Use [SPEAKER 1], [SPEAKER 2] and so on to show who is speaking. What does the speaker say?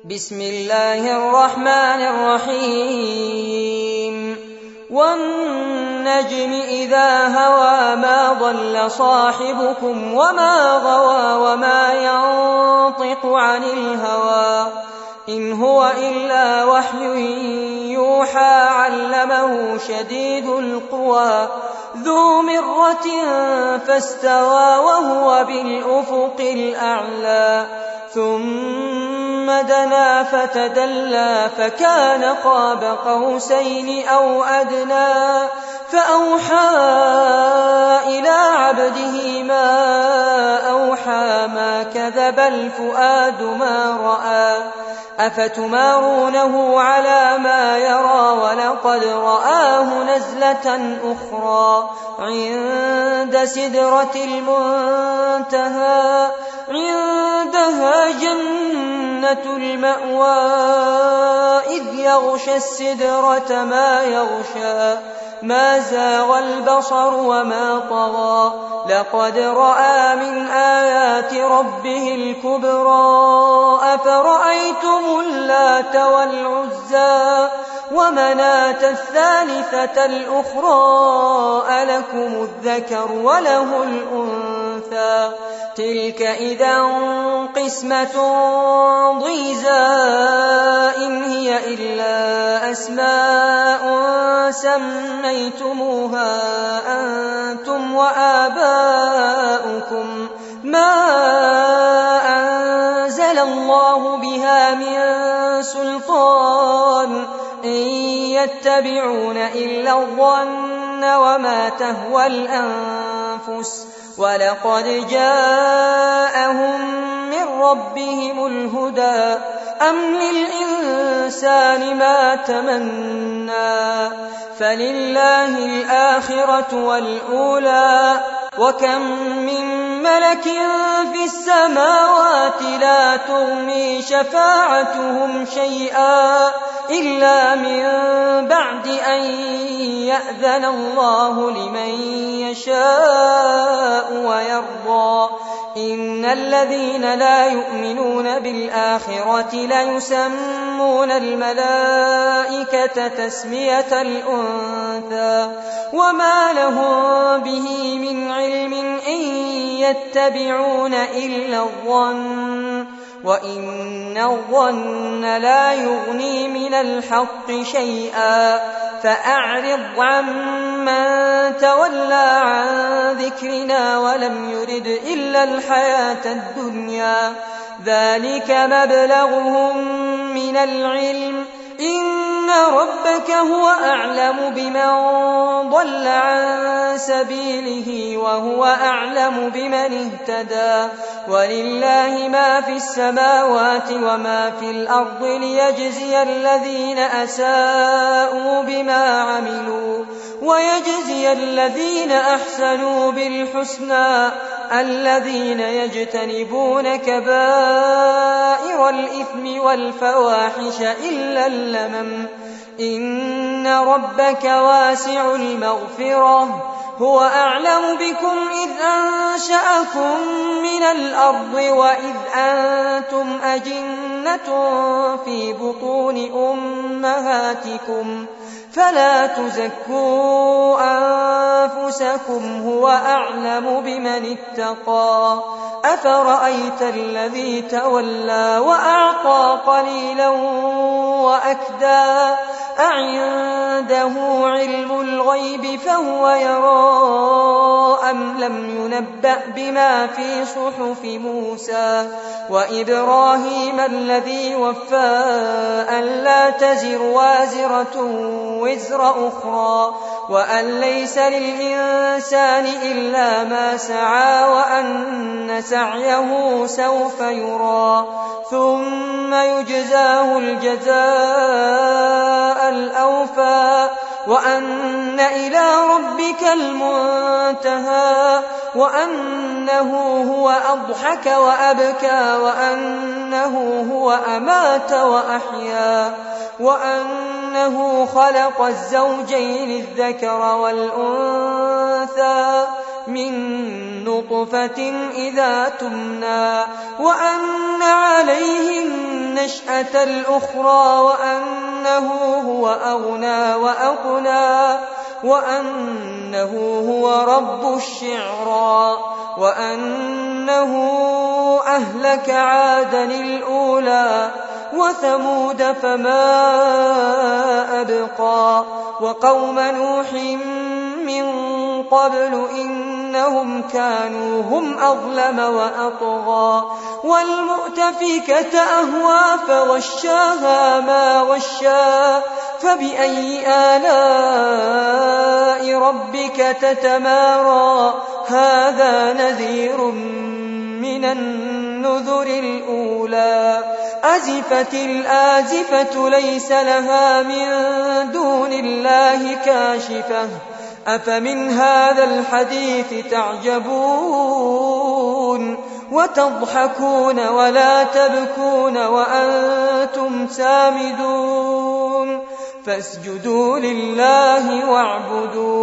[SPEAKER 1] بسم الله الرحمن الرحيم والنجم إذا هوى ما ضل صاحبكم وما غوى وما ينطق عن الهوى إن هو إلا وحي يوحى علمه شديد القوى ذو مرة فاستوى وهو بالأفق الأعلى ثم دنا فتدلى فكان قاب قوسين أو أدنى فأوحى إلى عبده ما أوحى ما كذب الفؤاد ما رأى أفتمارونه على ما يرى ولقد رآه نزلة أخرى عند سدرة المنتهى عندها جنة المأوى إذ يغشى السدرة ما يغشى ما زاغ البصر وما طغى لقد رأى من آيات ربه الكبرى أفرأيتم اللات والعزى ومناة الثالثة الأخرى ألكم الذكر وله الأنثى تلك إذا قسمة ضيزى إن هي إلا أسماء سميتموها أنتم وآباؤكم ما أنزل الله بها من سلطان إن يتبعون إلا الظن وما تهوى الأنفس ولقد جاءهم من ربهم الهدى أم للإنسان ما تمنى فلله الآخرة والأولى وكم من ملك في السماوات لا تغني شفاعتهم شيئا إلا من بعد أن يأذن الله لمن يشاء ويرضى إن الذين لا يؤمنون بالآخرة ليسمون الملائكة تسمية الأنثى وما لهم به من علم إن يتبعون إلا الظن وإن الظن لا يغني من الحق شيئا فأعرض عمن تولى عن ذكرنا ولم يرد إلا الحياة الدنيا ذلك مبلغهم من العلم إن ربك هو أعلم بمن ضل عن سبيله وهو أعلم بمن اهتدى ولله ما في السماوات وما في الأرض ليجزي الذين أساءوا بما عملوا ويجزي الذين أحسنوا بالحسنى الذين يجتنبون كبائر الإثم والفواحش إلا اللمم إن ربك واسع المغفرة هو أعلم بكم إذ أنشأكم من الأرض وإذ أنتم أجنة في بطون أمهاتكم فلا تزكوا أنفسكم هو أعلم بمن اتقى أفرأيت الذي تولى وأعطى قليلا وأكدى أعنده علم الغيب فهو يرى أم لم ينبأ بما في صحف موسى وإبراهيم الذي وفى ألا تزر وازرة وزر أخرى وأن ليس للإنسان إلا ما سعى وأن سعيه سوف يرى ثم يجزاه الجزاء الأوفى وأن إلى ربك المنتهى وأنه هو أضحك وأبكى وأنه هو أمات وأحيا وأنه خلق الزوجين الذكر والأنثى من نطفة إذا تمنى وأن عليه النشأة الأخرى وأنه هو أغنى وأقنى وأنه هو رب الشعرى وأنه أهلك عادا الأولى وثمود فما أبقى وقوم نوح من قبل إنهم كانوا هم أظلم وأطغى والمؤتفكة أهوى فغشاها ما غشا فبأي آلاء ربك تتمارى هذا نذير من النذر الأولى أزفت الآزفة ليس لها من دون الله كاشفة أفمن هذا الحديث تعجبون وتضحكون ولا تبكون وأنتم سامدون فاسجدوا لله واعبدوا